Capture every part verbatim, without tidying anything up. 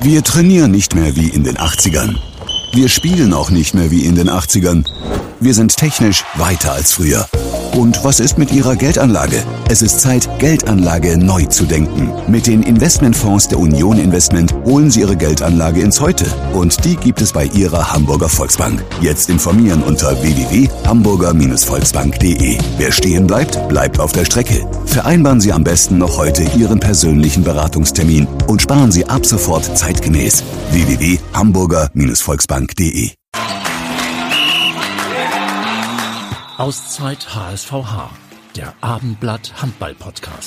Wir trainieren nicht mehr wie in den achtzigern. Wir spielen auch nicht mehr wie in den achtzigern. Wir sind technisch weiter als früher. Und was ist mit Ihrer Geldanlage? Es ist Zeit, Geldanlage neu zu denken. Mit den Investmentfonds der Union Investment holen Sie Ihre Geldanlage ins Heute. Und die gibt es bei Ihrer Hamburger Volksbank. Jetzt informieren unter w w w punkt hamburger volksbank punkt d e. Wer stehen bleibt, bleibt auf der Strecke. Vereinbaren Sie am besten noch heute Ihren persönlichen Beratungstermin und sparen Sie ab sofort zeitgemäß. w w w punkt hamburger volksbank punkt d e. Auszeit H S V H, der Abendblatt Handball-Podcast.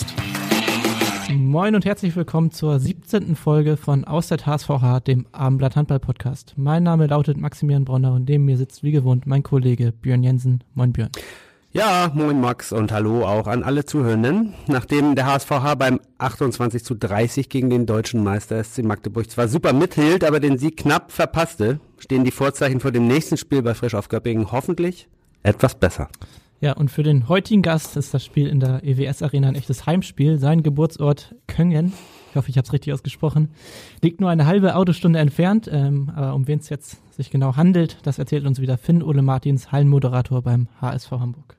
Moin und herzlich willkommen zur siebzehnten Folge von Auszeit H S V H, dem Abendblatt Handball-Podcast. Mein Name lautet Maximilian Bronner und neben mir sitzt wie gewohnt mein Kollege Björn Jensen. Moin Björn. Ja, moin Max und hallo auch an alle Zuhörenden. Nachdem der H S V H beim achtundzwanzig zu dreißig gegen den deutschen Meister S C Magdeburg zwar super mithielt, aber den Sieg knapp verpasste, stehen die Vorzeichen vor dem nächsten Spiel bei Frisch auf Göppingen hoffentlich etwas besser. Ja, und für den heutigen Gast ist das Spiel in der E W S-Arena ein echtes Heimspiel. Sein Geburtsort Köngen, ich hoffe, ich habe es richtig ausgesprochen, liegt nur eine halbe Autostunde entfernt. Ähm, aber um wen es jetzt sich genau handelt, das erzählt uns wieder Finn Ole Martins, Hallenmoderator beim H S V Hamburg.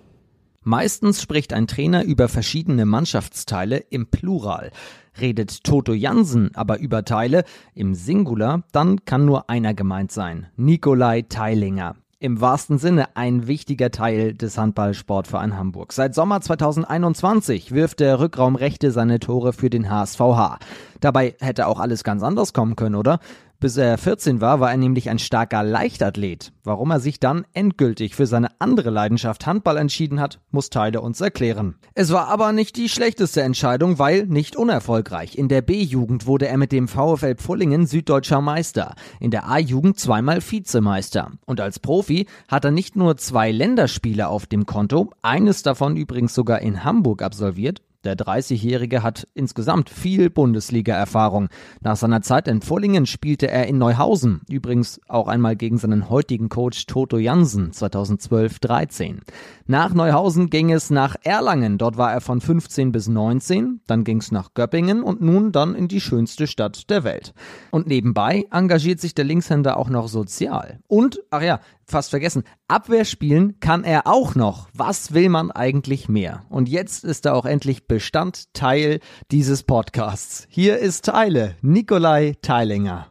Meistens spricht ein Trainer über verschiedene Mannschaftsteile im Plural. Redet Toto Jansen aber über Teile im Singular, dann kann nur einer gemeint sein: Nikolai Teilinger. Im wahrsten Sinne ein wichtiger Teil des Handball-Sportverein Hamburg. Seit Sommer zweitausendeinundzwanzig wirft der Rückraumrechte seine Tore für den H S V H. Dabei hätte auch alles ganz anders kommen können, oder? Bis er vierzehn war, war er nämlich ein starker Leichtathlet. Warum er sich dann endgültig für seine andere Leidenschaft Handball entschieden hat, muss Teile uns erklären. Es war aber nicht die schlechteste Entscheidung, weil nicht unerfolgreich. In der B-Jugend wurde er mit dem VfL Pfullingen süddeutscher Meister, in der A-Jugend zweimal Vizemeister. Und als Profi hat er nicht nur zwei Länderspiele auf dem Konto, eines davon übrigens sogar in Hamburg absolviert. Der dreißigjährige hat insgesamt viel Bundesliga-Erfahrung. Nach seiner Zeit in Pfullingen spielte er in Neuhausen, übrigens auch einmal gegen seinen heutigen Coach Toto Jansen zweitausendzwölf dreizehn. Nach Neuhausen ging es nach Erlangen, dort war er von fünfzehn bis neunzehn, dann ging es nach Göppingen und nun dann in die schönste Stadt der Welt. Und nebenbei engagiert sich der Linkshänder auch noch sozial. Und, ach ja, fast vergessen, Abwehr spielen kann er auch noch. Was will man eigentlich mehr? Und jetzt ist er auch endlich Bestandteil dieses Podcasts. Hier ist Teile, Nikolai Teilinger.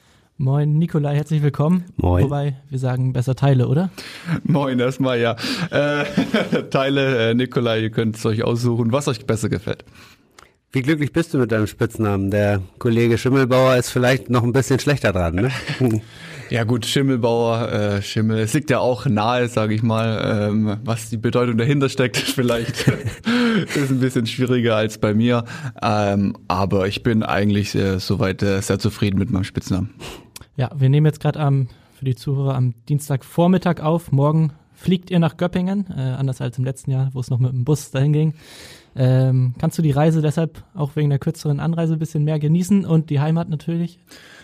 Moin Nikolai, herzlich willkommen. Moin. Wobei, wir sagen besser Teile, oder? Moin erstmal, ja. Äh, Teile, äh, Nikolai, ihr könnt es euch aussuchen, was euch besser gefällt. Wie glücklich bist du mit deinem Spitznamen? Der Kollege Schimmelbauer ist vielleicht noch ein bisschen schlechter dran, ne? Ja gut, Schimmelbauer, äh, Schimmel, es liegt ja auch nahe, sage ich mal, ähm, was die Bedeutung dahinter steckt, vielleicht ist ein bisschen schwieriger als bei mir, ähm, aber ich bin eigentlich äh, soweit äh, sehr zufrieden mit meinem Spitznamen. Ja, wir nehmen jetzt gerade am für die Zuhörer am Dienstagvormittag auf. Morgen fliegt ihr nach Göppingen, äh, anders als im letzten Jahr, wo es noch mit dem Bus dahin ging. Ähm, kannst du die Reise deshalb auch wegen der kürzeren Anreise ein bisschen mehr genießen und die Heimat natürlich?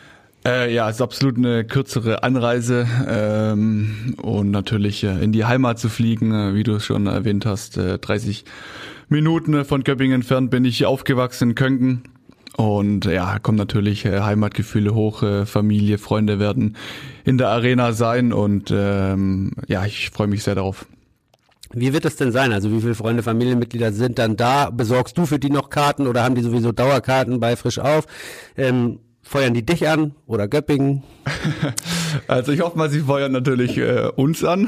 Äh, ja, es ist absolut eine kürzere Anreise ähm, und natürlich äh, in die Heimat zu fliegen, äh, wie du es schon erwähnt hast, äh, dreißig Minuten von Göppingen entfernt bin ich aufgewachsen in Köngen und ja, kommen natürlich äh, Heimatgefühle hoch, äh, Familie, Freunde werden in der Arena sein und ähm, ja, ich freue mich sehr darauf. Wie wird das denn sein? Also wie viele Freunde, Familienmitglieder sind dann da? Besorgst du für die noch Karten oder haben die sowieso Dauerkarten bei Frisch auf? Ähm, Feuern die dich an oder Göppingen? Also ich hoffe mal, sie feuern natürlich äh, uns an.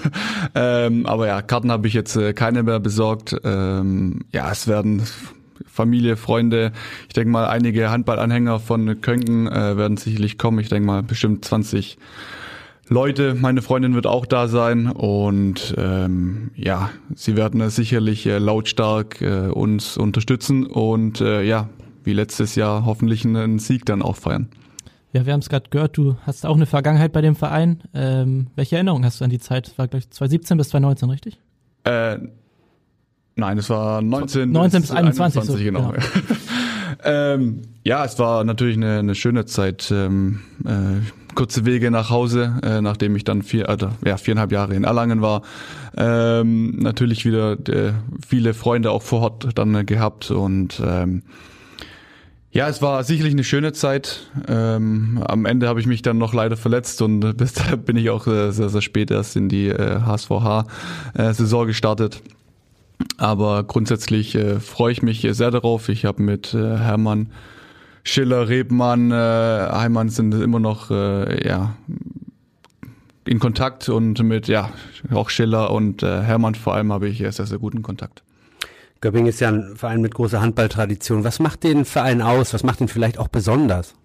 ähm, aber ja, Karten habe ich jetzt äh, keine mehr besorgt. Ähm, ja, es werden Familie, Freunde, ich denke mal einige Handballanhänger von Köngen äh, werden sicherlich kommen. Ich denke mal bestimmt zwanzig Leute. Meine Freundin wird auch da sein und ähm, ja, sie werden äh, sicherlich äh, lautstark äh, uns unterstützen und äh, ja, wie letztes Jahr hoffentlich einen Sieg dann auch feiern. Ja, wir haben es gerade gehört, du hast auch eine Vergangenheit bei dem Verein. Ähm, welche Erinnerungen hast du an die Zeit? Das war, glaube ich, zweitausendsiebzehn bis zweitausendneunzehn, richtig? Äh, nein, es war neunzehn, neunzehn bis einundzwanzig, einundzwanzig, so, genau. genau. ähm, ja, es war natürlich eine, eine schöne Zeit. Ähm, äh, kurze Wege nach Hause, äh, nachdem ich dann vier, also, ja, viereinhalb Jahre in Erlangen war. Ähm, natürlich wieder äh, viele Freunde auch vor Ort dann äh, gehabt und ähm, Ja, es war sicherlich eine schöne Zeit. Ähm, am Ende habe ich mich dann noch leider verletzt und bis da bin ich auch äh, sehr, sehr spät erst in die äh, H S V H-Saison äh, gestartet. Aber grundsätzlich äh, freue ich mich sehr darauf. Ich habe mit äh, Hermann, Schiller, Rebmann, äh, Heimann sind immer noch äh, ja in Kontakt und mit ja auch Schiller und äh, Hermann vor allem habe ich sehr, sehr guten Kontakt. Göppingen ist ja ein Verein mit großer Handballtradition. Was macht den Verein aus? Was macht ihn vielleicht auch besonders?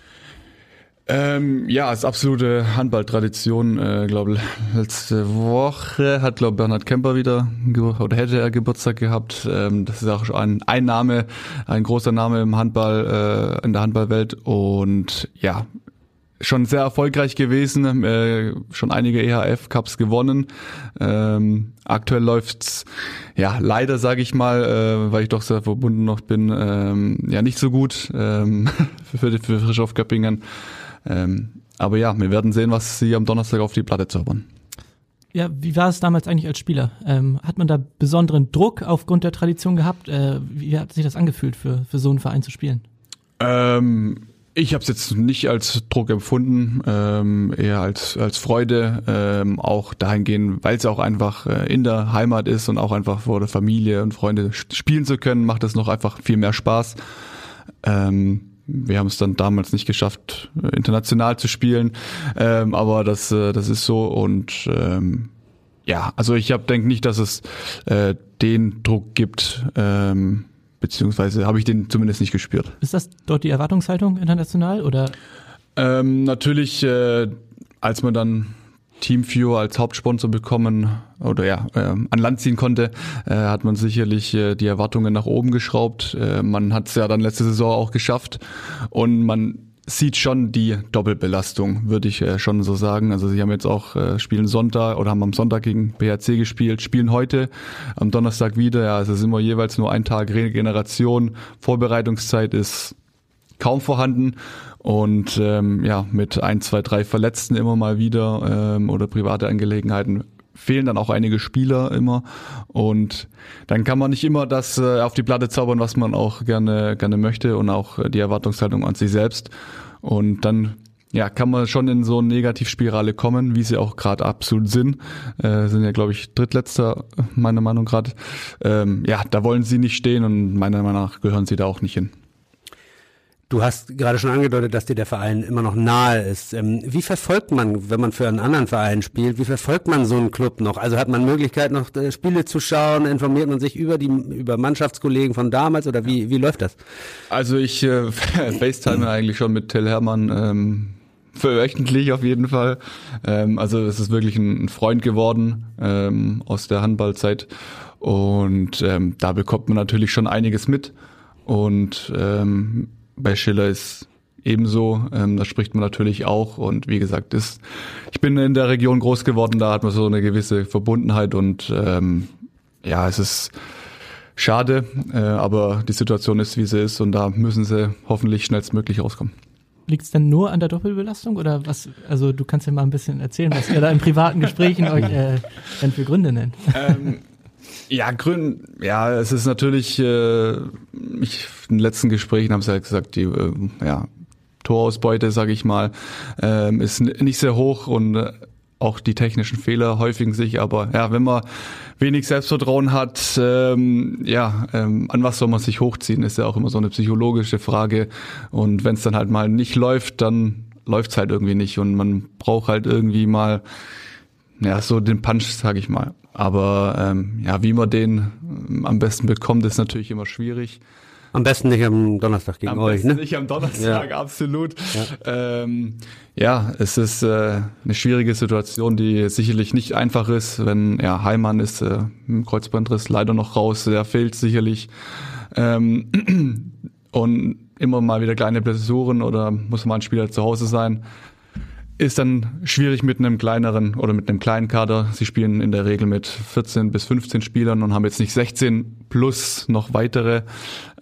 Ähm, ja, als absolute Handballtradition, äh, glaube letzte Woche hat glaube Bernhard Kemper wieder oder hätte er Geburtstag gehabt. Ähm, das ist auch schon ein, ein Name, ein großer Name im Handball, äh, in der Handballwelt und ja, schon sehr erfolgreich gewesen, äh, schon einige E H F-Cups gewonnen. Ähm, aktuell läuft's ja leider, sage ich mal, äh, weil ich doch sehr verbunden noch bin, ähm, ja nicht so gut ähm, für, für Frischhoff Göppingen. Ähm, aber ja, wir werden sehen, was sie am Donnerstag auf die Platte zaubern. Ja, wie war es damals eigentlich als Spieler? Ähm, hat man da besonderen Druck aufgrund der Tradition gehabt? Äh, wie hat sich das angefühlt, für, für so einen Verein zu spielen? Ähm, Ich habe es jetzt nicht als Druck empfunden, ähm, eher als als Freude, ähm, auch dahingehend, weil es auch einfach äh, in der Heimat ist und auch einfach vor der Familie und Freunde spielen zu können, macht es noch einfach viel mehr Spaß. Ähm, wir haben es dann damals nicht geschafft, international zu spielen, ähm, aber das äh, das ist so und ähm, ja, also ich habe denke nicht, dass es äh, den Druck gibt. Ähm, Beziehungsweise habe ich den zumindest nicht gespürt. Ist das dort die Erwartungshaltung international oder? Ähm, natürlich, äh, als man dann Teamviewer als Hauptsponsor bekommen oder ja äh, an Land ziehen konnte, äh, hat man sicherlich äh, die Erwartungen nach oben geschraubt. Äh, man hat es ja dann letzte Saison auch geschafft und man sieht schon die Doppelbelastung, würde ich äh, schon so sagen. Also sie haben jetzt auch äh, spielen Sonntag oder haben am Sonntag gegen B H C gespielt, spielen heute am Donnerstag wieder. Ja, also es ist immer jeweils nur ein Tag Regeneration. Vorbereitungszeit ist kaum vorhanden und ähm, ja mit ein, zwei, drei Verletzten immer mal wieder ähm, oder private Angelegenheiten fehlen dann auch einige Spieler immer und dann kann man nicht immer das äh, auf die Platte zaubern, was man auch gerne gerne möchte und auch äh, die Erwartungshaltung an sich selbst und dann ja kann man schon in so eine Negativspirale kommen, wie sie auch gerade absolut sind. Äh, sind ja glaube ich drittletzter meiner Meinung gerade. Ähm, ja, da wollen sie nicht stehen und meiner Meinung nach gehören sie da auch nicht hin. Du hast gerade schon angedeutet, dass dir der Verein immer noch nahe ist. Wie verfolgt man, wenn man für einen anderen Verein spielt, wie verfolgt man so einen Club noch? Also hat man Möglichkeit, noch Spiele zu schauen? Informiert man sich über die über Mannschaftskollegen von damals oder wie wie läuft das? Also ich äh, FaceTime eigentlich schon mit Till Hermann, ähm, wöchentlich auf jeden Fall. Ähm, also es ist wirklich ein Freund geworden ähm, aus der Handballzeit und ähm, da bekommt man natürlich schon einiges mit und ähm, bei Schiller ist ebenso, ähm, da spricht man natürlich auch und wie gesagt, ist, ich bin in der Region groß geworden, da hat man so eine gewisse Verbundenheit und ähm, ja, es ist schade, äh, aber die Situation ist, wie sie ist und da müssen sie hoffentlich schnellstmöglich rauskommen. Liegt es denn nur an der Doppelbelastung oder was? Also du kannst ja mal ein bisschen erzählen, was ihr da in privaten Gesprächen euch äh, denn für Gründe nennt. Ähm, Ja, Grün, ja, es ist natürlich, äh, ich, in den letzten Gesprächen haben sie ja gesagt, die äh, ja, Torausbeute, sage ich mal, ähm, ist n- nicht sehr hoch und äh, auch die technischen Fehler häufigen sich, aber ja, wenn man wenig Selbstvertrauen hat, ähm, ja, ähm, an was soll man sich hochziehen, ist ja auch immer so eine psychologische Frage und wenn es dann halt mal nicht läuft, dann läuft es halt irgendwie nicht und man braucht halt irgendwie mal, ja, so den Punch, sage ich mal. Aber ähm, ja, wie man den ähm, am besten bekommt, ist natürlich immer schwierig. Am besten nicht am Donnerstag gegen am euch, besten ne? Nicht am Donnerstag, Ja. absolut. Ja. Ähm, ja, es ist äh, eine schwierige Situation, die sicherlich nicht einfach ist, wenn ja Heimann ist äh, im Kreuzbandriss leider noch raus, der fehlt sicherlich. Ähm, und immer mal wieder kleine Blessuren oder muss mal ein Spieler zu Hause sein. Ist dann schwierig mit einem kleineren oder mit einem kleinen Kader. Sie spielen in der Regel mit vierzehn bis fünfzehn Spielern und haben jetzt nicht sechzehn plus noch weitere.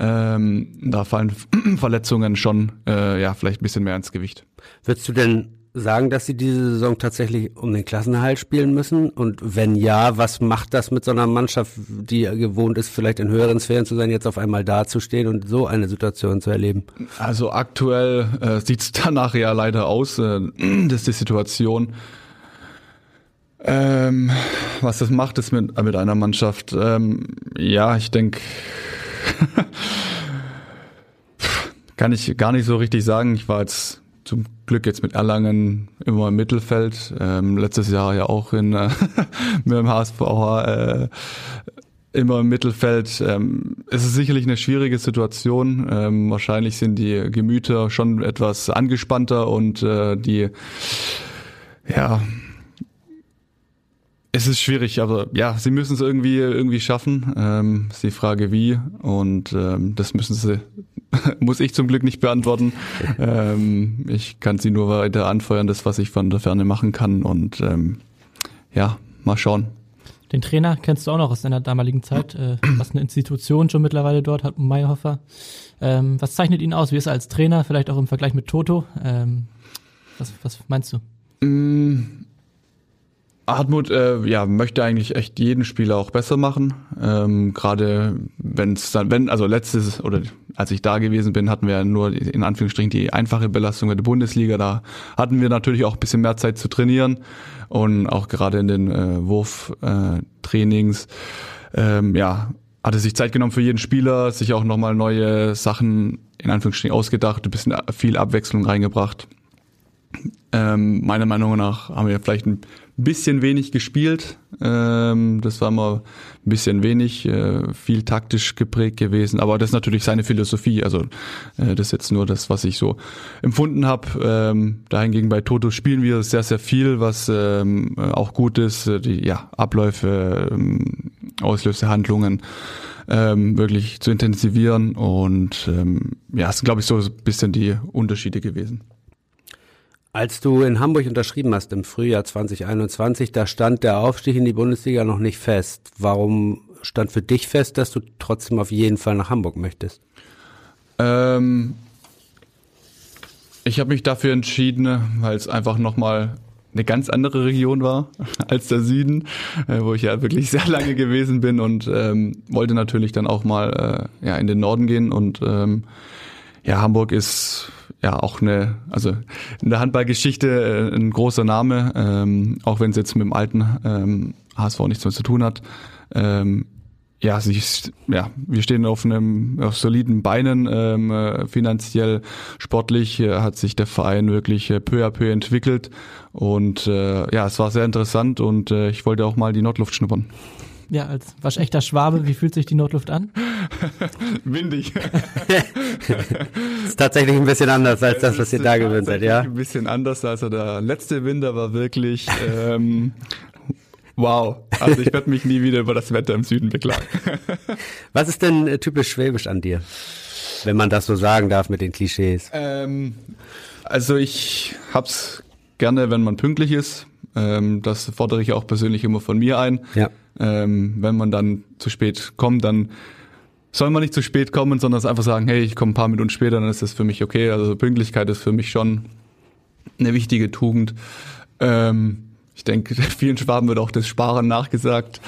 Ähm, da fallen Verletzungen schon äh, ja vielleicht ein bisschen mehr ins Gewicht. Würdest du denn sagen, dass sie diese Saison tatsächlich um den Klassenerhalt spielen müssen? Und wenn ja, was macht das mit so einer Mannschaft, die gewohnt ist, vielleicht in höheren Sphären zu sein, jetzt auf einmal dazustehen und so eine Situation zu erleben? Also aktuell äh, sieht es danach ja leider aus, äh, dass die Situation, ähm, was das macht, ist mit, mit einer Mannschaft. Ähm, ja, ich denke, kann ich gar nicht so richtig sagen. Ich war jetzt zum Glück jetzt mit Erlangen immer im Mittelfeld. Ähm, letztes Jahr ja auch in äh, mit dem H S V äh, immer im Mittelfeld. Ähm, es ist sicherlich eine schwierige Situation. Ähm, wahrscheinlich sind die Gemüter schon etwas angespannter und äh, die, ja, es ist schwierig, aber ja, sie müssen es irgendwie irgendwie schaffen. Ähm, ist die Frage wie, und ähm, das müssen sie, muss ich zum Glück nicht beantworten. ähm, ich kann sie nur weiter anfeuern, das was ich von der Ferne machen kann, und ähm, ja, mal schauen. Den Trainer kennst du auch noch aus deiner damaligen Zeit, äh, was eine Institution schon mittlerweile dort hat, Meyerhofer. Ähm, was zeichnet ihn aus? Wie ist er als Trainer? Vielleicht auch im Vergleich mit Toto? Ähm, was, was meinst du? Mm. Hartmut äh, ja, möchte eigentlich echt jeden Spieler auch besser machen. Ähm, gerade wenn es dann, wenn, also letztes, oder als ich da gewesen bin, hatten wir ja nur in Anführungsstrichen die einfache Belastung der Bundesliga. Da hatten wir natürlich auch ein bisschen mehr Zeit zu trainieren, und auch gerade in den äh, Wurftrainings, äh, ähm, ja, hatte sich Zeit genommen für jeden Spieler, sich auch nochmal neue Sachen in Anführungsstrichen ausgedacht, ein bisschen viel Abwechslung reingebracht. Ähm, meiner Meinung nach haben wir vielleicht ein bisschen wenig gespielt. Ähm, das war mal ein bisschen wenig, äh, viel taktisch geprägt gewesen. Aber das ist natürlich seine Philosophie. Also äh, das ist jetzt nur das, was ich so empfunden habe. Ähm, dahingegen bei Toto spielen wir sehr, sehr viel, was ähm, auch gut ist. Die ja, Abläufe, ähm, Auslösehandlungen ähm, wirklich zu intensivieren. Und ähm, ja, es sind, glaube ich, so ein bisschen die Unterschiede gewesen. Als du in Hamburg unterschrieben hast im Frühjahr zwanzig einundzwanzig, da stand der Aufstieg in die Bundesliga noch nicht fest. Warum stand für dich fest, dass du trotzdem auf jeden Fall nach Hamburg möchtest? Ähm, ich habe mich dafür entschieden, weil es einfach nochmal eine ganz andere Region war als der Süden, äh, wo ich ja wirklich sehr lange gewesen bin, und ähm, wollte natürlich dann auch mal äh, ja in den Norden gehen. Und ähm, ja, Hamburg ist ja auch eine, also in der Handballgeschichte äh, ein großer Name, ähm, auch wenn es jetzt mit dem alten ähm, H S V nichts mehr zu tun hat. Ähm, ja, sie ist, ja, wir stehen auf einem auf soliden Beinen, ähm, äh, finanziell, sportlich äh, hat sich der Verein wirklich äh, peu à peu entwickelt, und äh, ja, es war sehr interessant, und äh, ich wollte auch mal die Nordluft schnuppern. Ja, als waschechter Schwabe, wie fühlt sich die Nordluft an? Windig. Ist tatsächlich ein bisschen anders als das, was ihr da gewöhnt seid, ja? Ein bisschen anders, also der letzte Winter war wirklich ähm, wow. Also ich werde mich nie wieder über das Wetter im Süden beklagen. Was ist denn äh, typisch schwäbisch an dir, wenn man das so sagen darf mit den Klischees? Ähm, also ich hab's gerne, wenn man pünktlich ist. Ähm, das fordere ich auch persönlich immer von mir ein. Ja. Ähm, wenn man dann zu spät kommt, dann soll man nicht zu spät kommen, sondern einfach sagen, hey, ich komme ein paar Minuten später, dann ist das für mich okay. Also Pünktlichkeit ist für mich schon eine wichtige Tugend. Ähm, ich denke, vielen Schwaben wird auch das Sparen nachgesagt.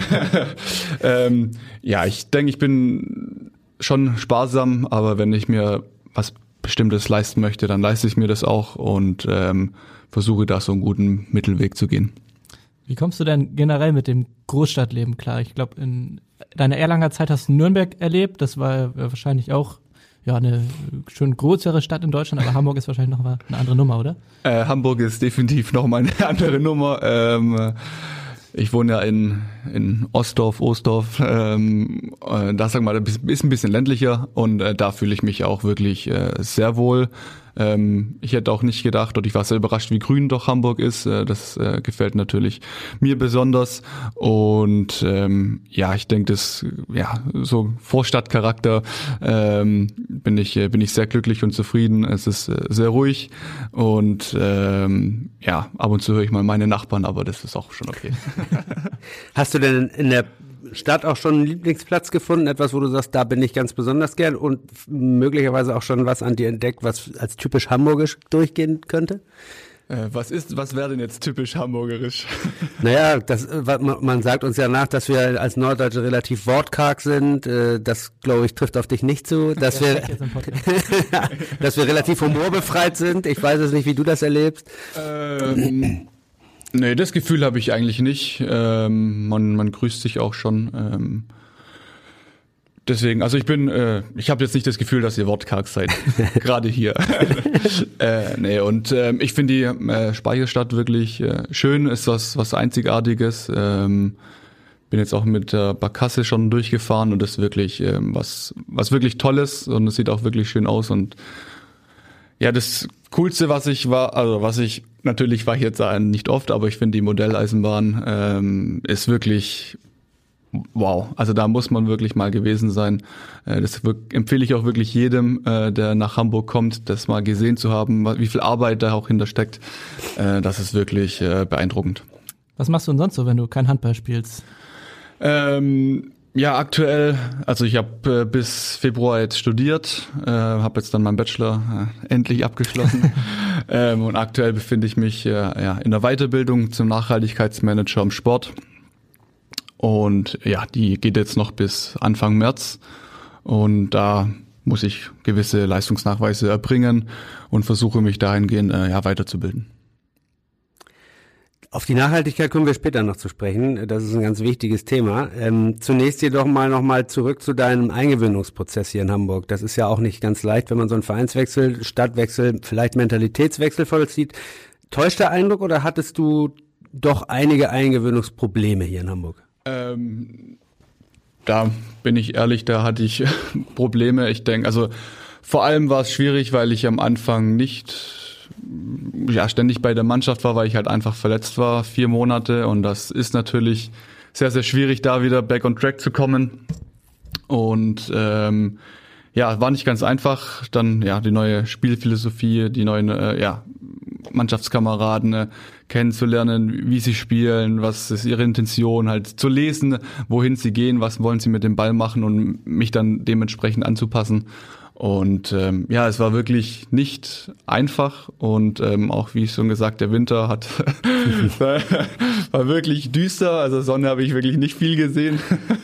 ähm, ja, ich denke, ich bin schon sparsam, aber wenn ich mir was Bestimmtes leisten möchte, dann leiste ich mir das auch, und ähm, versuche da so einen guten Mittelweg zu gehen. Wie kommst du denn generell mit dem Großstadtleben klar? Ich glaube, in deiner Erlanger Zeit hast du Nürnberg erlebt. Das war wahrscheinlich auch ja eine schon größere Stadt in Deutschland, aber Hamburg ist wahrscheinlich noch mal eine andere Nummer, oder? Äh, Hamburg ist definitiv noch mal eine andere Nummer. Ähm, ich wohne ja in in Ostdorf, Ostdorf. Ähm, äh, da sagen wir mal, ist ein bisschen ländlicher, und äh, da fühle ich mich auch wirklich äh, sehr wohl. Ähm, ich hätte auch nicht gedacht, und ich war sehr überrascht, wie grün doch Hamburg ist. Äh, das äh, gefällt natürlich mir besonders. Und ähm, ja, ich denke, das ja so Vorstadtcharakter ähm, bin ich äh, bin ich sehr glücklich und zufrieden. Es ist äh, sehr ruhig, und ähm, ja, ab und zu höre ich mal meine Nachbarn, aber das ist auch schon okay. Hast du denn in der Stadt auch schon einen Lieblingsplatz gefunden, etwas, wo du sagst, da bin ich ganz besonders gern, und möglicherweise auch schon was an dir entdeckt, was als typisch hamburgisch durchgehen könnte? Äh, was ist, was wäre denn jetzt typisch hamburgerisch? Naja, das, man sagt uns ja nach, dass wir als Norddeutsche relativ wortkarg sind. Das, glaube ich, trifft auf dich nicht zu. Dass wir, dass wir relativ humorbefreit sind. Ich weiß es nicht, wie du das erlebst. Ähm, nee, das Gefühl habe ich eigentlich nicht. Ähm, man, man grüßt sich auch schon. Ähm, Deswegen, also ich bin, äh, ich habe jetzt nicht das Gefühl, dass ihr wortkarg seid, gerade hier. äh, nee, und äh, ich finde die äh, Speicherstadt wirklich äh, schön, ist was was Einzigartiges. Ähm, bin jetzt auch mit der Barkasse schon durchgefahren und das ist wirklich äh, was was wirklich Tolles und es sieht auch wirklich schön aus und ja, das Coolste, was ich war, also was ich natürlich war ich jetzt nicht oft, aber ich finde die Modelleisenbahn ähm, ist wirklich wow, also da muss man wirklich mal gewesen sein. Das empfehle ich auch wirklich jedem, der nach Hamburg kommt, das mal gesehen zu haben, wie viel Arbeit da auch hintersteckt. Das ist wirklich beeindruckend. Was machst du denn sonst so, wenn du kein Handball spielst? Ähm, ja, aktuell, also ich habe bis Februar jetzt studiert, äh, habe jetzt dann meinen Bachelor äh, endlich abgeschlossen ähm, und aktuell befinde ich mich äh, ja, in der Weiterbildung zum Nachhaltigkeitsmanager im Sport. Und ja, die geht jetzt noch bis Anfang März und da muss ich gewisse Leistungsnachweise erbringen und versuche mich dahingehend äh, ja, weiterzubilden. Auf die Nachhaltigkeit kommen wir später noch zu sprechen. Das ist ein ganz wichtiges Thema. Ähm, zunächst jedoch mal noch mal zurück zu deinem Eingewöhnungsprozess hier in Hamburg. Das ist ja auch nicht ganz leicht, wenn man so einen Vereinswechsel, Stadtwechsel, vielleicht Mentalitätswechsel vollzieht. Täuscht der Eindruck oder hattest du doch einige Eingewöhnungsprobleme hier in Hamburg? Ähm, da bin ich ehrlich, da hatte ich Probleme. Ich denke, also vor allem war es schwierig, weil ich am Anfang nicht ja ständig bei der Mannschaft war, weil ich halt einfach verletzt war, vier Monate und das ist natürlich sehr, sehr schwierig, da wieder back on track zu kommen und ähm, ja, war nicht ganz einfach. Dann ja die neue Spielphilosophie, die neuen äh, ja Mannschaftskameraden äh, kennenzulernen, wie sie spielen, was ist ihre Intention, halt zu lesen, wohin sie gehen, was wollen sie mit dem Ball machen und mich dann dementsprechend anzupassen. Und ähm, ja, es war wirklich nicht einfach und ähm, auch wie schon gesagt, der Winter hat war wirklich düster, also Sonne habe ich wirklich nicht viel gesehen.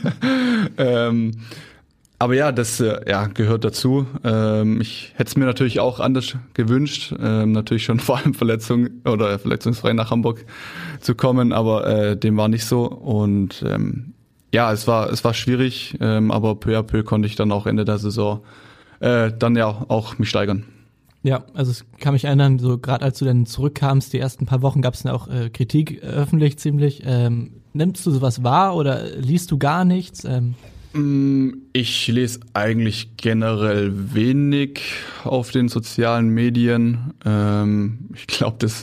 ähm, Aber ja, das äh, ja, gehört dazu. Ähm, ich hätte es mir natürlich auch anders gewünscht, ähm, natürlich schon vor allem Verletzung oder verletzungsfrei nach Hamburg zu kommen, aber äh, dem war nicht so. Und ähm, ja, es war es war schwierig, ähm, aber peu à peu konnte ich dann auch Ende der Saison äh, dann ja auch mich steigern. Ja, also ich kann mich erinnern, so gerade als du dann zurückkamst, die ersten paar Wochen gab es dann auch äh, Kritik äh, öffentlich ziemlich. Ähm, nimmst du sowas wahr oder liest du gar nichts? Ähm Ich lese eigentlich generell wenig auf den sozialen Medien. Ähm, ich glaube, das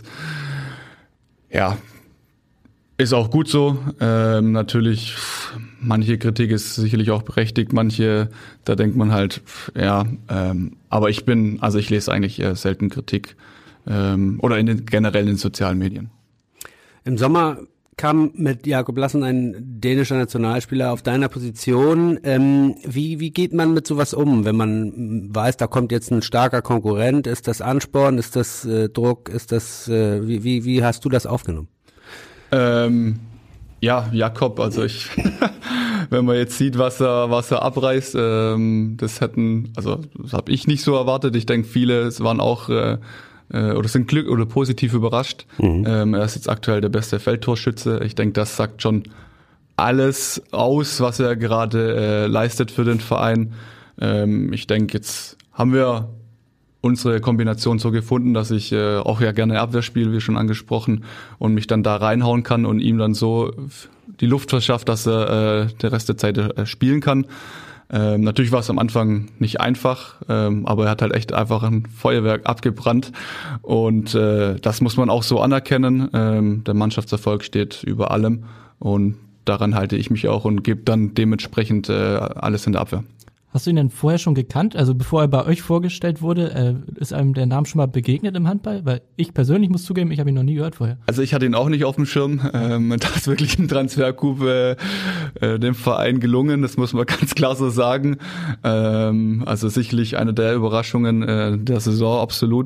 ja ist auch gut so. Ähm, natürlich, manche Kritik ist sicherlich auch berechtigt, manche, da denkt man halt, ja, ähm, aber ich bin, also ich lese eigentlich eher selten Kritik ähm, oder in den, generell in den sozialen Medien. Im Sommer kam mit Jakob Lassen ein dänischer Nationalspieler auf deiner Position. Ähm, wie, wie geht man mit sowas um, wenn man weiß, da kommt jetzt ein starker Konkurrent? Ist das Ansporn? Ist das äh, Druck? Ist das, äh, wie, wie, wie hast du das aufgenommen? Ähm, ja, Jakob, also ich, wenn man jetzt sieht, was er, was er abreißt, ähm, das hätten, also das habe ich nicht so erwartet. Ich denke, viele, es waren auch äh, oder sind glück oder positiv überrascht. Mhm. Ähm, er ist jetzt aktuell der beste Feldtorschütze. Ich denke, das sagt schon alles aus, was er gerade äh, leistet für den Verein. Ähm, ich denke, jetzt haben wir unsere Kombination so gefunden, dass ich äh, auch ja gerne Abwehr spiele, wie schon angesprochen, und mich dann da reinhauen kann und ihm dann so die Luft verschafft, dass er äh, der Rest der Zeit äh, spielen kann. Ähm, natürlich war es am Anfang nicht einfach, ähm, aber er hat halt echt einfach ein Feuerwerk abgebrannt und äh, das muss man auch so anerkennen. Ähm, der Mannschaftserfolg steht über allem und daran halte ich mich auch und gebe dann dementsprechend äh, alles in der Abwehr. Hast du ihn denn vorher schon gekannt? Also bevor er bei euch vorgestellt wurde, äh, ist einem der Name schon mal begegnet im Handball? Weil ich persönlich muss zugeben, ich habe ihn noch nie gehört vorher. Also ich hatte ihn auch nicht auf dem Schirm. Ähm, da ist wirklich ein Transfercoup äh, äh, dem Verein gelungen, das muss man ganz klar so sagen. Ähm, also sicherlich eine der Überraschungen äh, der Saison, absolut.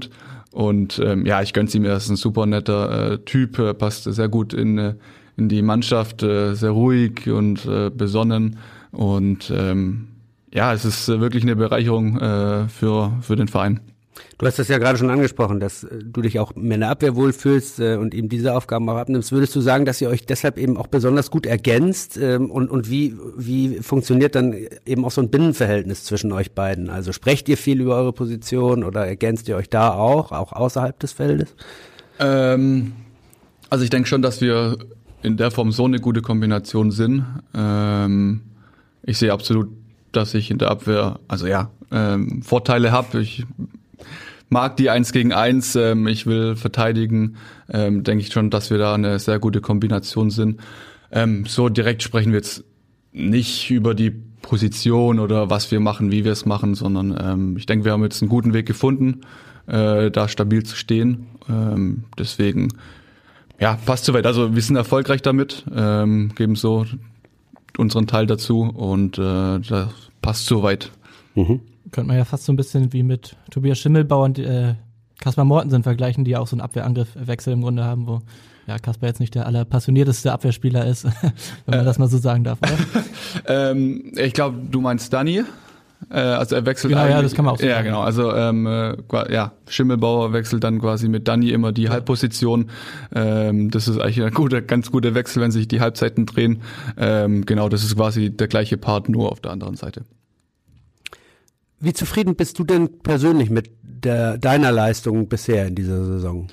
Und ähm, ja, ich gönn's ihm, er ist ein super netter äh, Typ, äh, passt sehr gut in, äh, in die Mannschaft, äh, sehr ruhig und äh, besonnen. Und ähm, ja, es ist äh, wirklich eine Bereicherung äh, für, für den Verein. Du hast das ja gerade schon angesprochen, dass äh, du dich auch mehr in der Abwehr wohlfühlst äh, und ihm diese Aufgaben auch abnimmst. Würdest du sagen, dass ihr euch deshalb eben auch besonders gut ergänzt? Ähm, und und wie wie funktioniert dann eben auch so ein Binnenverhältnis zwischen euch beiden? Also sprecht ihr viel über eure Position oder ergänzt ihr euch da auch, auch außerhalb des Feldes? Ähm, also ich denke schon, dass wir in der Form so eine gute Kombination sind. Ähm, ich sehe absolut, dass ich in der Abwehr, also ja, ähm, Vorteile habe. Ich mag die eins gegen eins, ähm, ich will verteidigen, ähm, denke ich schon, dass wir da eine sehr gute Kombination sind. Ähm, so direkt sprechen wir jetzt nicht über die Position oder was wir machen, wie wir es machen, sondern ähm, ich denke, wir haben jetzt einen guten Weg gefunden, äh, da stabil zu stehen. Ähm, deswegen, ja, passt soweit. Also wir sind erfolgreich damit, ähm, geben so unseren Teil dazu und äh, das passt soweit. Mhm. Könnte man ja fast so ein bisschen wie mit Tobias Schimmelbauer und äh, Kaspar Mortensen vergleichen, die ja auch so einen Abwehrangriffwechsel im Grunde haben, wo ja Kaspar jetzt nicht der allerpassionierteste Abwehrspieler ist, wenn man äh, das mal so sagen darf, oder? ähm, ich glaube, du meinst Dani. Äh, also er wechselt genau, ja, das kann man auch so Ja, sagen. genau. Also ähm, äh, ja, Schimmelbauer wechselt dann quasi mit Dani immer die ja. Halbposition. Ähm, das ist eigentlich ein guter, ganz guter Wechsel, wenn sich die Halbzeiten drehen. Ähm, genau, das ist quasi der gleiche Part, nur auf der anderen Seite. Wie zufrieden bist du denn persönlich mit der, deiner Leistung bisher in dieser Saison?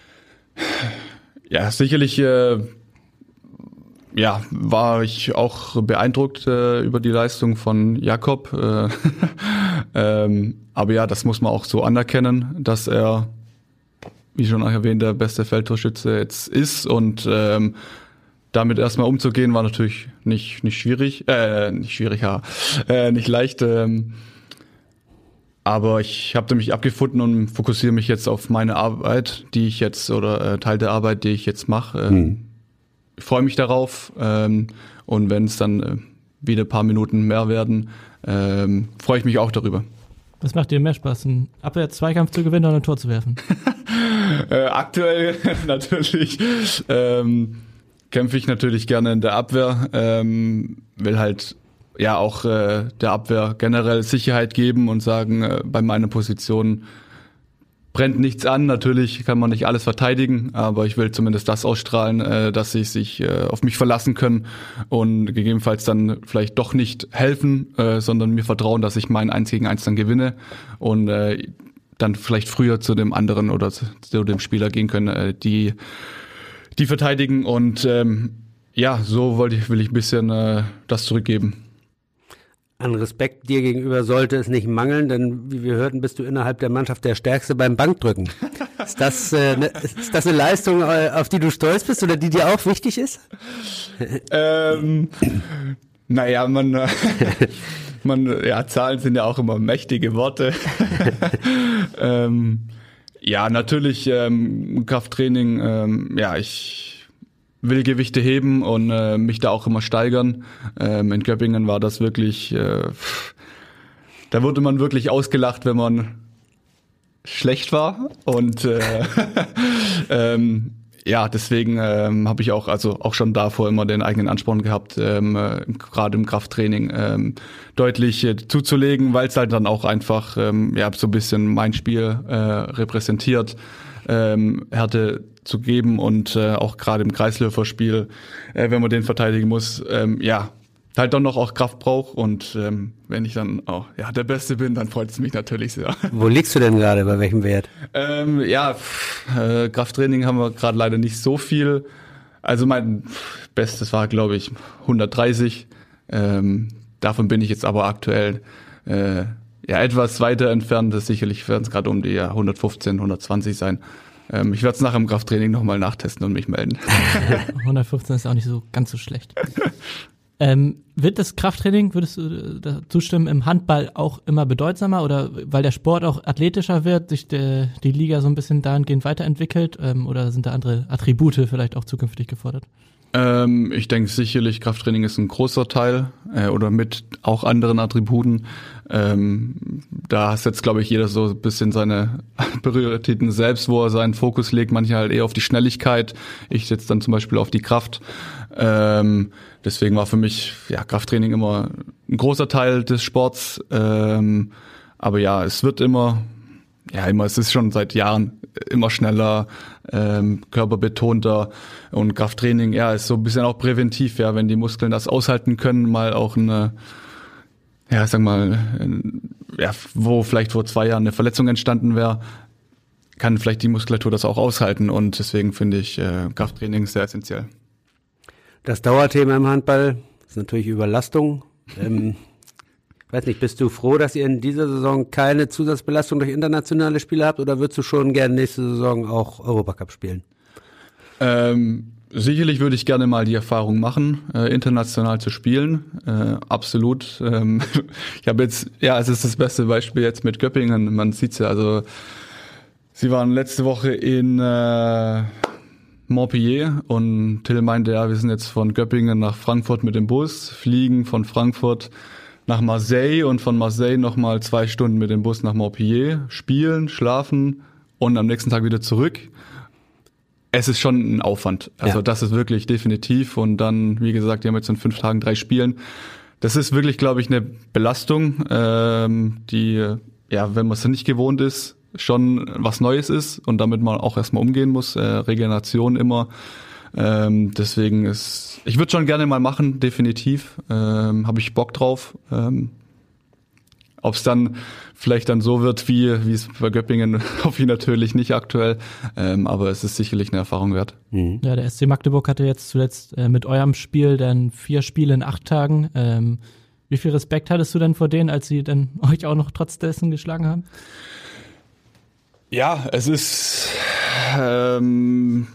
Ja, sicherlich äh, ja, war ich auch beeindruckt äh, über die Leistung von Jakob. Äh, ähm, aber ja, das muss man auch so anerkennen, dass er, wie schon erwähnt, der beste Feldtorschütze jetzt ist. Und ähm, damit erstmal umzugehen, war natürlich nicht nicht schwierig. Äh, nicht schwierig, ja. Äh, nicht leicht. Ähm, Aber ich habe mich abgefunden und fokussiere mich jetzt auf meine Arbeit, die ich jetzt, oder äh, Teil der Arbeit, die ich jetzt mache. Ähm, hm. Ich freue mich darauf ähm, und wenn es dann äh, wieder ein paar Minuten mehr werden, ähm, freue ich mich auch darüber. Was macht dir mehr Spaß, einen Abwehr-Zweikampf zu gewinnen oder ein Tor zu werfen? äh, aktuell natürlich ähm, kämpfe ich natürlich gerne in der Abwehr, ähm, will halt ja auch äh, der Abwehr generell Sicherheit geben und sagen, äh, bei meiner Position brennt nichts an. Natürlich kann man nicht alles verteidigen, aber ich will zumindest das ausstrahlen, äh, dass sie sich äh, auf mich verlassen können und gegebenenfalls dann vielleicht doch nicht helfen, äh, sondern mir vertrauen, dass ich mein eins gegen eins dann gewinne und äh, dann vielleicht früher zu dem anderen oder zu, zu dem Spieler gehen können, äh, die die verteidigen und ähm, ja, so wollte ich will ich ein bisschen äh, das zurückgeben. An Respekt dir gegenüber sollte es nicht mangeln, denn wie wir hörten, bist du innerhalb der Mannschaft der Stärkste beim Bankdrücken. Ist das, äh, ne, ist das eine Leistung, auf die du stolz bist oder die dir auch wichtig ist? ähm, naja, man, man, ja, Zahlen sind ja auch immer mächtige Worte. ähm, ja, natürlich ähm, Krafttraining, ähm, ja, ich will Gewichte heben und äh, mich da auch immer steigern. Ähm, in Göppingen war das wirklich, äh, da wurde man wirklich ausgelacht, wenn man schlecht war. Und äh, ähm, ja, deswegen ähm, habe ich auch, also auch schon davor immer den eigenen Ansporn gehabt, ähm, äh, gerade im Krafttraining ähm, deutlich äh, zuzulegen, weil es halt dann auch einfach ähm, ja so ein bisschen mein Spiel äh, repräsentiert. Ähm, Härte zu geben und äh, auch gerade im Kreisläuferspiel, äh, wenn man den verteidigen muss, ähm, ja, halt doch noch auch Kraft braucht und ähm, wenn ich dann auch ja der Beste bin, dann freut es mich natürlich sehr. Wo liegst du denn gerade, bei welchem Wert? Ähm, ja, pff, äh, Krafttraining haben wir gerade leider nicht so viel. Also mein Bestes war, glaube ich, hundertdreißig. Ähm, davon bin ich jetzt aber aktuell äh, ja etwas weiter entfernt. Das sicherlich werden es gerade um die ja, hundertfünfzehn, hundertzwanzig sein. Ähm, ich werde es nach dem Krafttraining nochmal nachtesten und mich melden. hundertfünfzehn ist auch nicht so ganz so schlecht. ähm, wird das Krafttraining, würdest du da zustimmen, im Handball auch immer bedeutsamer oder weil der Sport auch athletischer wird, sich der, die Liga so ein bisschen dahingehend weiterentwickelt ähm, oder sind da andere Attribute vielleicht auch zukünftig gefordert? Ähm, ich denke sicherlich, Krafttraining ist ein großer Teil äh, oder mit auch anderen Attributen. Ähm, da ist jetzt, glaube ich, jeder so ein bisschen seine Prioritäten selbst, wo er seinen Fokus legt. Manche halt eher auf die Schnelligkeit, ich jetzt dann zum Beispiel auf die Kraft. Ähm, deswegen war für mich ja Krafttraining immer ein großer Teil des Sports. Ähm, aber ja, es wird immer, ja immer, es ist schon seit Jahren immer schneller, ähm, körperbetonter und Krafttraining, ja, ist so ein bisschen auch präventiv, ja, wenn die Muskeln das aushalten können, mal auch eine, ja, ich sag mal, ja, wo vielleicht vor zwei Jahren eine Verletzung entstanden wäre, kann vielleicht die Muskulatur das auch aushalten und deswegen finde ich äh, Krafttraining sehr essentiell. Das Dauerthema im Handball ist natürlich Überlastung. Ähm, ich weiß nicht, bist du froh, dass ihr in dieser Saison keine Zusatzbelastung durch internationale Spiele habt oder würdest du schon gerne nächste Saison auch Europacup spielen? Ähm, sicherlich würde ich gerne mal die Erfahrung machen, äh, international zu spielen. Äh, absolut. Ähm, ich habe jetzt, ja, es ist das beste Beispiel jetzt mit Göppingen. Man sieht's ja, also sie waren letzte Woche in äh, Montpellier und Till meinte, ja, wir sind jetzt von Göppingen nach Frankfurt mit dem Bus, fliegen von Frankfurt nach Marseille und von Marseille nochmal zwei Stunden mit dem Bus nach Montpellier, spielen, schlafen und am nächsten Tag wieder zurück. Es ist schon ein Aufwand. Also ja. Das ist wirklich definitiv. Und dann, wie gesagt, die haben jetzt in fünf Tagen drei Spielen. Das ist wirklich, glaube ich, eine Belastung, ähm, die, ja, wenn man es nicht gewohnt ist, schon was Neues ist und damit man auch erstmal umgehen muss. Äh, Regeneration immer. Ähm, deswegen ist, ich würde schon gerne mal machen, definitiv. Ähm, habe ich Bock drauf. Ähm, Ob es dann vielleicht dann so wird, wie wie es bei Göppingen, hoffe ich natürlich nicht aktuell. Ähm, aber es ist sicherlich eine Erfahrung wert. Mhm. Ja, der S C Magdeburg hatte jetzt zuletzt äh, mit eurem Spiel dann vier Spiele in acht Tagen. Ähm, wie viel Respekt hattest du denn vor denen, als sie dann euch auch noch trotz dessen geschlagen haben? Ja, es ist ähm,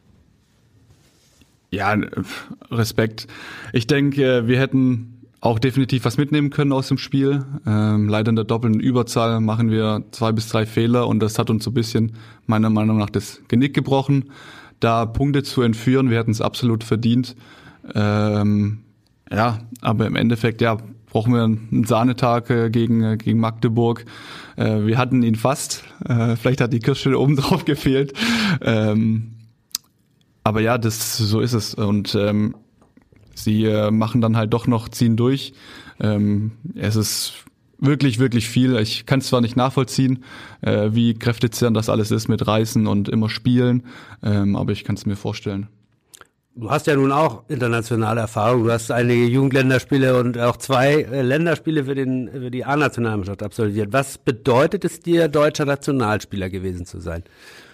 ja Respekt. Ich denke, wir hätten auch definitiv was mitnehmen können aus dem Spiel. Ähm, leider in der doppelten Überzahl machen wir zwei bis drei Fehler und das hat uns so ein bisschen meiner Meinung nach das Genick gebrochen. Da Punkte zu entführen, wir hätten es absolut verdient. Ähm, ja, aber im Endeffekt, ja, brauchen wir einen Sahnetag äh, gegen äh, gegen Magdeburg. Äh, wir hatten ihn fast. Äh, vielleicht hat die Kirsche oben drauf gefehlt. Ähm, aber ja, das so ist es. Und ähm, sie äh, machen dann halt doch noch, ziehen durch. Ähm, es ist wirklich, wirklich viel. Ich kann es zwar nicht nachvollziehen, äh, wie kräftezehrend das alles ist mit Reisen und immer spielen, ähm, aber ich kann es mir vorstellen. Du hast ja nun auch internationale Erfahrung. Du hast einige Jugendländerspiele und auch zwei äh, Länderspiele für, den, für die A-Nationalmannschaft absolviert. Was bedeutet es dir, deutscher Nationalspieler gewesen zu sein?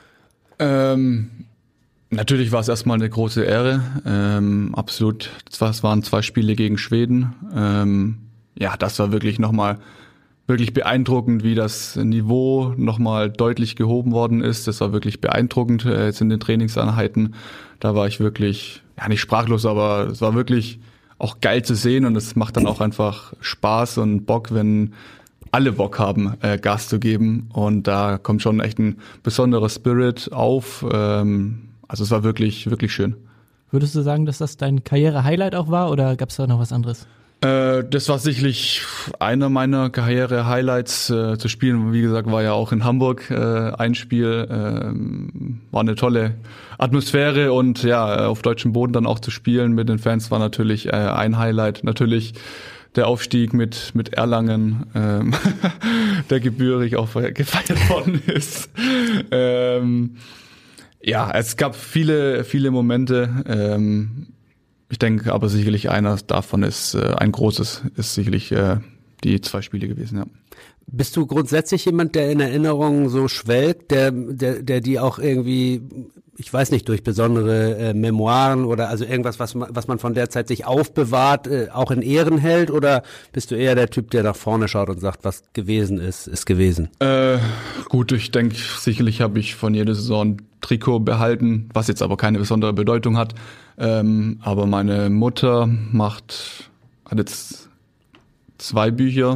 Ähm, natürlich war es erstmal eine große Ehre. Ähm, absolut. Es waren zwei Spiele gegen Schweden. Ähm, ja, das war wirklich nochmal wirklich beeindruckend, wie das Niveau nochmal deutlich gehoben worden ist. Das war wirklich beeindruckend äh, jetzt in den Trainingseinheiten. Da war ich wirklich, ja nicht sprachlos, aber es war wirklich auch geil zu sehen und es macht dann auch einfach Spaß und Bock, wenn alle Bock haben, äh, Gas zu geben und da kommt schon echt ein besonderer Spirit auf. Ähm, also es war wirklich, wirklich schön. Würdest du sagen, dass das dein Karriere-Highlight auch war oder gab es da noch was anderes? Äh, das war sicherlich einer meiner Karriere-Highlights äh, zu spielen. Wie gesagt, war ja auch in Hamburg äh, ein Spiel. Ähm, war eine tolle Atmosphäre und ja, auf deutschem Boden dann auch zu spielen mit den Fans war natürlich äh, ein Highlight. Natürlich der Aufstieg mit mit Erlangen, ähm, der gebührig auch gefeiert worden ist. ähm, ja, es gab viele, viele Momente. Ähm, Ich denke aber sicherlich einer davon ist äh, ein großes, ist sicherlich äh, die zwei Spiele gewesen, ja. Bist du grundsätzlich jemand, der in Erinnerungen so schwelgt, der, der, der die auch irgendwie, ich weiß nicht, durch besondere äh, Memoiren oder also irgendwas, was man, was man von der Zeit sich aufbewahrt, äh, auch in Ehren hält? Oder bist du eher der Typ, der nach vorne schaut und sagt, was gewesen ist, ist gewesen? Äh, gut, ich denke, sicherlich habe ich von jeder Saison ein Trikot behalten, was jetzt aber keine besondere Bedeutung hat. Ähm, aber meine Mutter macht, hat jetzt zwei Bücher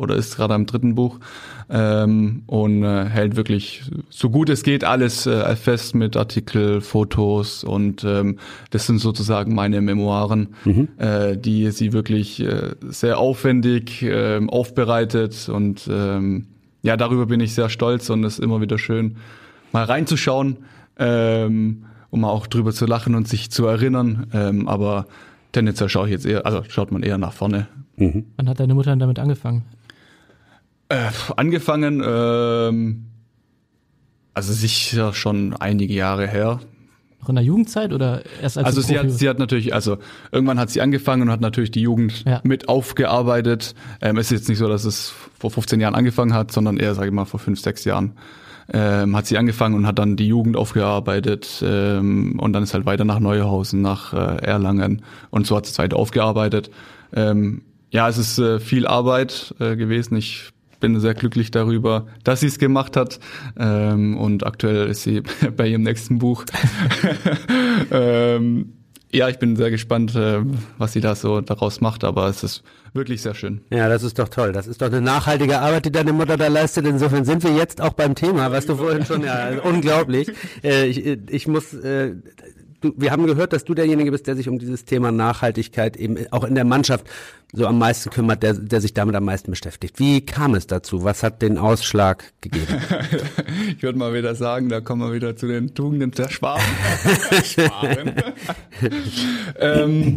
oder ist gerade am dritten Buch ähm, und äh, hält wirklich so gut es geht alles äh, fest mit Artikel, Fotos und ähm, das sind sozusagen meine Memoiren, mhm. äh, die sie wirklich äh, sehr aufwendig äh, aufbereitet und ähm, ja, darüber bin ich sehr stolz und es ist immer wieder schön, mal reinzuschauen, ähm, um auch drüber zu lachen und sich zu erinnern, ähm, aber tendenziell schaue ich jetzt eher, also schaut man eher nach vorne. Mhm. Wann hat deine Mutter dann damit angefangen? Äh, angefangen, ähm, also sicher schon einige Jahre her. Noch in der Jugendzeit oder erst als Also du sie Profi hat, sie hat natürlich, also irgendwann hat sie angefangen und hat natürlich die Jugend ja. mit aufgearbeitet. Ähm, es ist jetzt nicht so, dass es vor fünfzehn Jahren angefangen hat, sondern eher, sage ich mal, vor fünf, sechs Jahren ähm, hat sie angefangen und hat dann die Jugend aufgearbeitet ähm, und dann ist halt weiter nach Neuhausen, nach äh, Erlangen und so hat sie es weiter aufgearbeitet. Ähm, ja, es ist äh, viel Arbeit äh, gewesen. Ich bin sehr glücklich darüber, dass sie es gemacht hat. Ähm, und aktuell ist sie bei ihrem nächsten Buch. ähm, ja, ich bin sehr gespannt, äh, was sie da so daraus macht, aber es ist wirklich sehr schön. Ja, das ist doch toll. Das ist doch eine nachhaltige Arbeit, die deine Mutter da leistet. Insofern sind wir jetzt auch beim Thema, was du vorhin schon, ja, unglaublich. Äh, ich, ich muss, äh, du, wir haben gehört, dass du derjenige bist, der sich um dieses Thema Nachhaltigkeit eben auch in der Mannschaft so am meisten kümmert, der, der sich damit am meisten beschäftigt. Wie kam es dazu? Was hat den Ausschlag gegeben? Ich würde mal wieder sagen, da kommen wir wieder zu den Tugenden der Schwaben. Schwaben. ähm,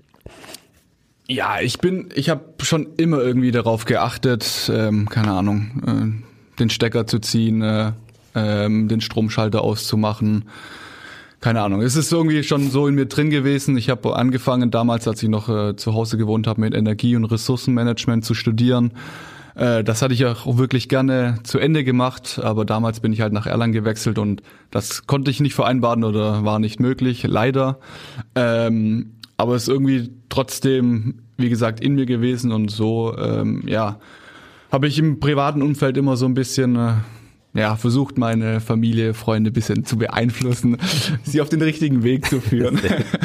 ja, ich bin, ich habe schon immer irgendwie darauf geachtet, ähm, keine Ahnung, äh, den Stecker zu ziehen, äh, ähm, den Stromschalter auszumachen. Keine Ahnung, es ist irgendwie schon so in mir drin gewesen. Ich habe angefangen damals, als ich noch äh, zu Hause gewohnt habe, mit Energie- und Ressourcenmanagement zu studieren. Äh, das hatte ich auch wirklich gerne zu Ende gemacht, aber damals bin ich halt nach Erlangen gewechselt und das konnte ich nicht vereinbaren oder war nicht möglich, leider. Ähm, aber es ist irgendwie trotzdem, wie gesagt, in mir gewesen und so, ähm, ja, habe ich im privaten Umfeld immer so ein bisschen... Äh, ja, versucht meine Familie, Freunde ein bisschen zu beeinflussen, sie auf den richtigen Weg zu führen.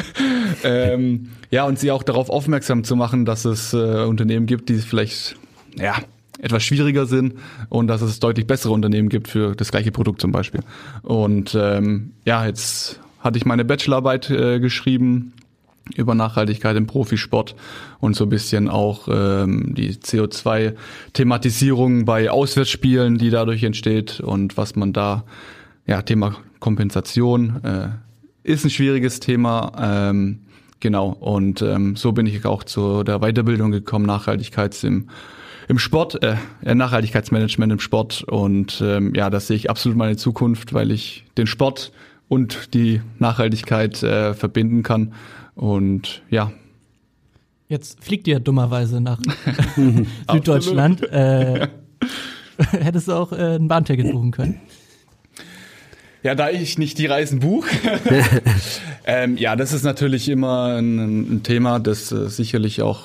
ähm, ja, und sie auch darauf aufmerksam zu machen, dass es äh, Unternehmen gibt, die vielleicht ja etwas schwieriger sind und dass es deutlich bessere Unternehmen gibt für das gleiche Produkt zum Beispiel. Und ähm, ja, jetzt hatte ich meine Bachelorarbeit äh, geschrieben über Nachhaltigkeit im Profisport und so ein bisschen auch ähm, die C O zwei Thematisierung bei Auswärtsspielen, die dadurch entsteht und was man da, ja, Thema Kompensation äh, ist ein schwieriges Thema, ähm, genau, und ähm, so bin ich auch zu der Weiterbildung gekommen, Nachhaltigkeits im im Sport, äh, Nachhaltigkeitsmanagement im Sport und ähm, ja, das sehe ich absolut meine Zukunft, weil ich den Sport und die Nachhaltigkeit äh, verbinden kann. Und ja. Jetzt fliegt ihr dummerweise nach Süddeutschland. Äh, hättest du auch äh, ein Bahnticket buchen können? Ja, da ich nicht die Reisen buche. ähm, ja, das ist natürlich immer ein, ein Thema, das äh, sicherlich auch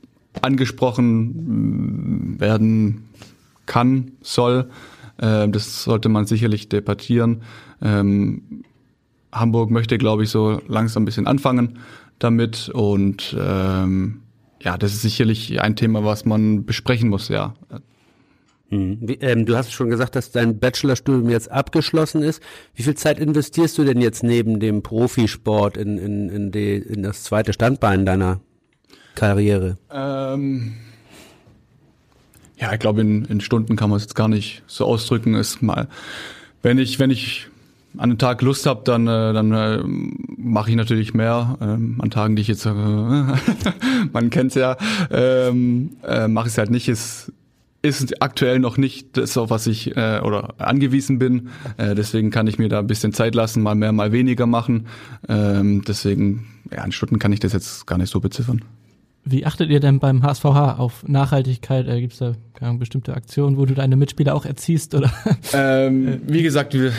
angesprochen werden kann, soll. Äh, das sollte man sicherlich debattieren. Ähm, Hamburg möchte, glaube ich, so langsam ein bisschen anfangen damit und ähm, ja, das ist sicherlich ein Thema, was man besprechen muss, ja. Mhm. Wie, ähm, du hast schon gesagt, dass dein Bachelorstudium jetzt abgeschlossen ist. Wie viel Zeit investierst du denn jetzt neben dem Profisport in, in, in, die, in das zweite Standbein deiner Karriere? Ähm, ja, ich glaube, in, in Stunden kann man es jetzt gar nicht so ausdrücken. Ist mal, wenn ich, wenn ich an einem Tag Lust habe, dann, äh, dann äh, mache ich natürlich mehr. Ähm, an Tagen, die ich jetzt, äh, man kennt's ja, ähm, äh, mache ich es halt nicht. Es ist aktuell noch nicht das, auf was ich äh, oder angewiesen bin. Äh, deswegen kann ich mir da ein bisschen Zeit lassen, mal mehr, mal weniger machen. Ähm, deswegen, ja, in Stunden kann ich das jetzt gar nicht so beziffern. Wie achtet ihr denn beim H S V H auf Nachhaltigkeit? Äh, Gibt es da keine Ahnung, bestimmte Aktionen, wo du deine Mitspieler auch erziehst? Oder? Ähm, wie gesagt, wir,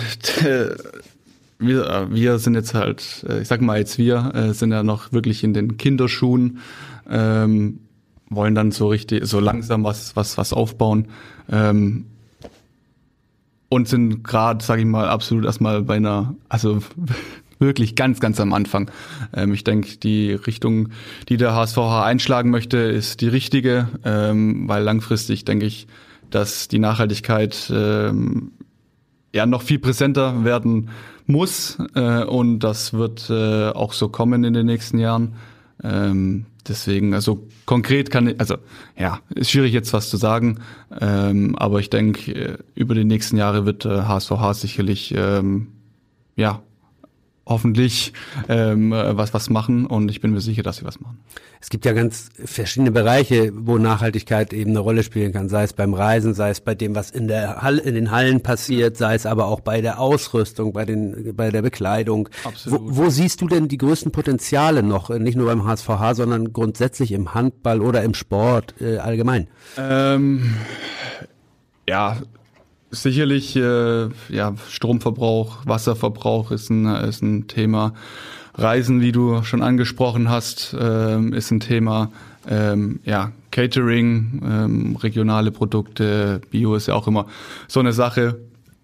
wir, wir sind jetzt halt, ich sag mal jetzt wir, äh, sind ja noch wirklich in den Kinderschuhen, ähm, wollen dann so richtig, so langsam was, was, was aufbauen ähm, und sind gerade, sag ich mal, absolut erstmal bei einer, also wirklich ganz, ganz am Anfang. Ähm, ich denke, die Richtung, die der H S V H einschlagen möchte, ist die richtige, ähm, weil langfristig denke ich, dass die Nachhaltigkeit ähm, ja noch viel präsenter werden muss äh, und das wird äh, auch so kommen in den nächsten Jahren. Ähm, deswegen, also konkret kann ich, also ja, ist schwierig jetzt was zu sagen, ähm, aber ich denke, über die nächsten Jahre wird äh, H S V H sicherlich ähm, ja hoffentlich ähm, was was machen und ich bin mir sicher, dass sie was machen. Es gibt ja ganz verschiedene Bereiche, wo Nachhaltigkeit eben eine Rolle spielen kann, sei es beim Reisen, sei es bei dem, was in der Halle, in den Hallen passiert, sei es aber auch bei der Ausrüstung, bei den bei der Bekleidung. Absolut. Wo, wo siehst du denn die größten Potenziale noch, nicht nur beim H S V H, sondern grundsätzlich im Handball oder im Sport äh, allgemein? Ähm, ja, sicherlich, äh, ja, Stromverbrauch, Wasserverbrauch ist ein, ist ein Thema. Reisen, wie du schon angesprochen hast, ähm, ist ein Thema. Ähm, ja, Catering, ähm, regionale Produkte, Bio ist ja auch immer so eine Sache.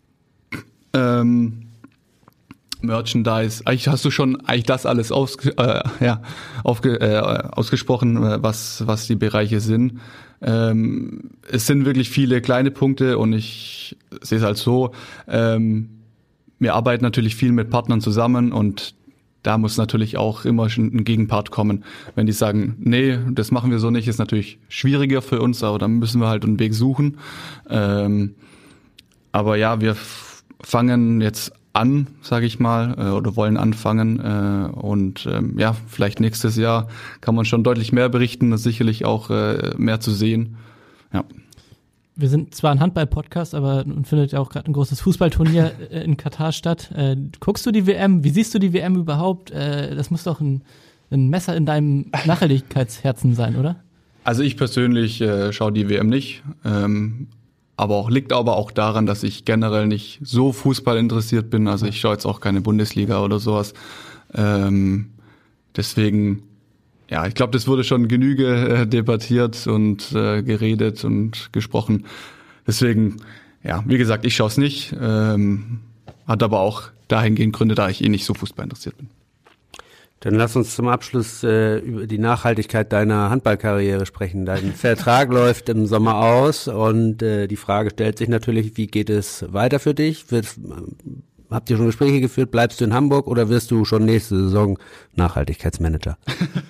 Ähm, Merchandise, eigentlich hast du schon eigentlich das alles aus, äh, ja, aufge, äh, ausgesprochen, was, was die Bereiche sind. Ähm, es sind wirklich viele kleine Punkte und ich sehe es halt so, ähm, wir arbeiten natürlich viel mit Partnern zusammen und da muss natürlich auch immer schon ein Gegenpart kommen. Wenn die sagen, nee, das machen wir so nicht, ist natürlich schwieriger für uns, aber dann müssen wir halt einen Weg suchen. Ähm, aber ja, wir f- fangen jetzt an, sage ich mal, äh, oder wollen anfangen äh, und ähm, ja, vielleicht nächstes Jahr kann man schon deutlich mehr berichten, sicherlich auch äh, mehr zu sehen. Ja. Wir sind zwar ein Handball-Podcast, aber nun findet ja auch gerade ein großes Fußballturnier äh, in Katar statt. Äh, guckst du die W M? Wie siehst du die W M überhaupt? Äh, das muss doch ein, ein Messer in deinem Nachhaltigkeitsherzen sein, oder? Also ich persönlich äh, schaue die W M nicht. Ähm, Aber auch liegt aber auch daran, dass ich generell nicht so Fußball interessiert bin. Also ich schaue jetzt auch keine Bundesliga oder sowas. Ähm, deswegen, ja, ich glaube, das wurde schon Genüge äh, debattiert und äh, geredet und gesprochen. Deswegen, ja, wie gesagt, ich schaue es nicht. Ähm, hat aber auch dahingehend Gründe, da ich eh nicht so Fußball interessiert bin. Dann lass uns zum Abschluss äh, über die Nachhaltigkeit deiner Handballkarriere sprechen. Dein Vertrag läuft im Sommer aus und äh, die Frage stellt sich natürlich, wie geht es weiter für dich? Wird, habt ihr schon Gespräche geführt? Bleibst du in Hamburg oder wirst du schon nächste Saison Nachhaltigkeitsmanager?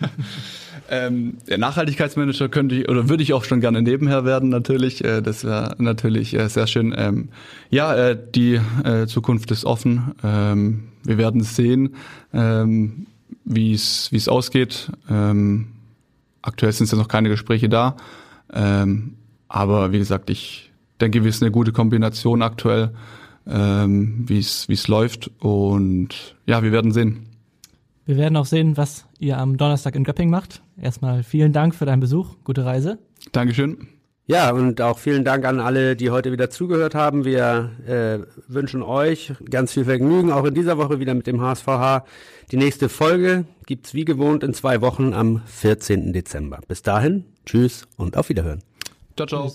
ähm, der Nachhaltigkeitsmanager könnte ich oder würde ich auch schon gerne nebenher werden natürlich. Äh, das wäre natürlich äh, sehr schön. Ähm, ja, äh, die äh, Zukunft ist offen. Ähm, wir werden es sehen. Ähm, wie es wie es ausgeht. Ähm, aktuell sind ja noch keine Gespräche da. Ähm, aber wie gesagt, ich denke, wir sind eine gute Kombination aktuell, ähm, wie es wie es läuft. Und ja, wir werden sehen. Wir werden auch sehen, was ihr am Donnerstag in Göppingen macht. Erstmal vielen Dank für deinen Besuch. Gute Reise. Dankeschön. Ja, und auch vielen Dank an alle, die heute wieder zugehört haben. Wir äh, wünschen euch ganz viel Vergnügen, auch in dieser Woche wieder mit dem H S V H. Die nächste Folge gibt's wie gewohnt in zwei Wochen am vierzehnten Dezember. Bis dahin, tschüss und auf Wiederhören. Ciao, ciao.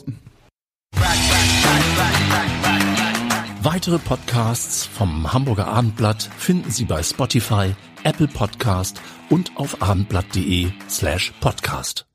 Weitere Podcasts vom Hamburger Abendblatt finden Sie bei Spotify, Apple Podcast und auf abendblatt.de slash podcast.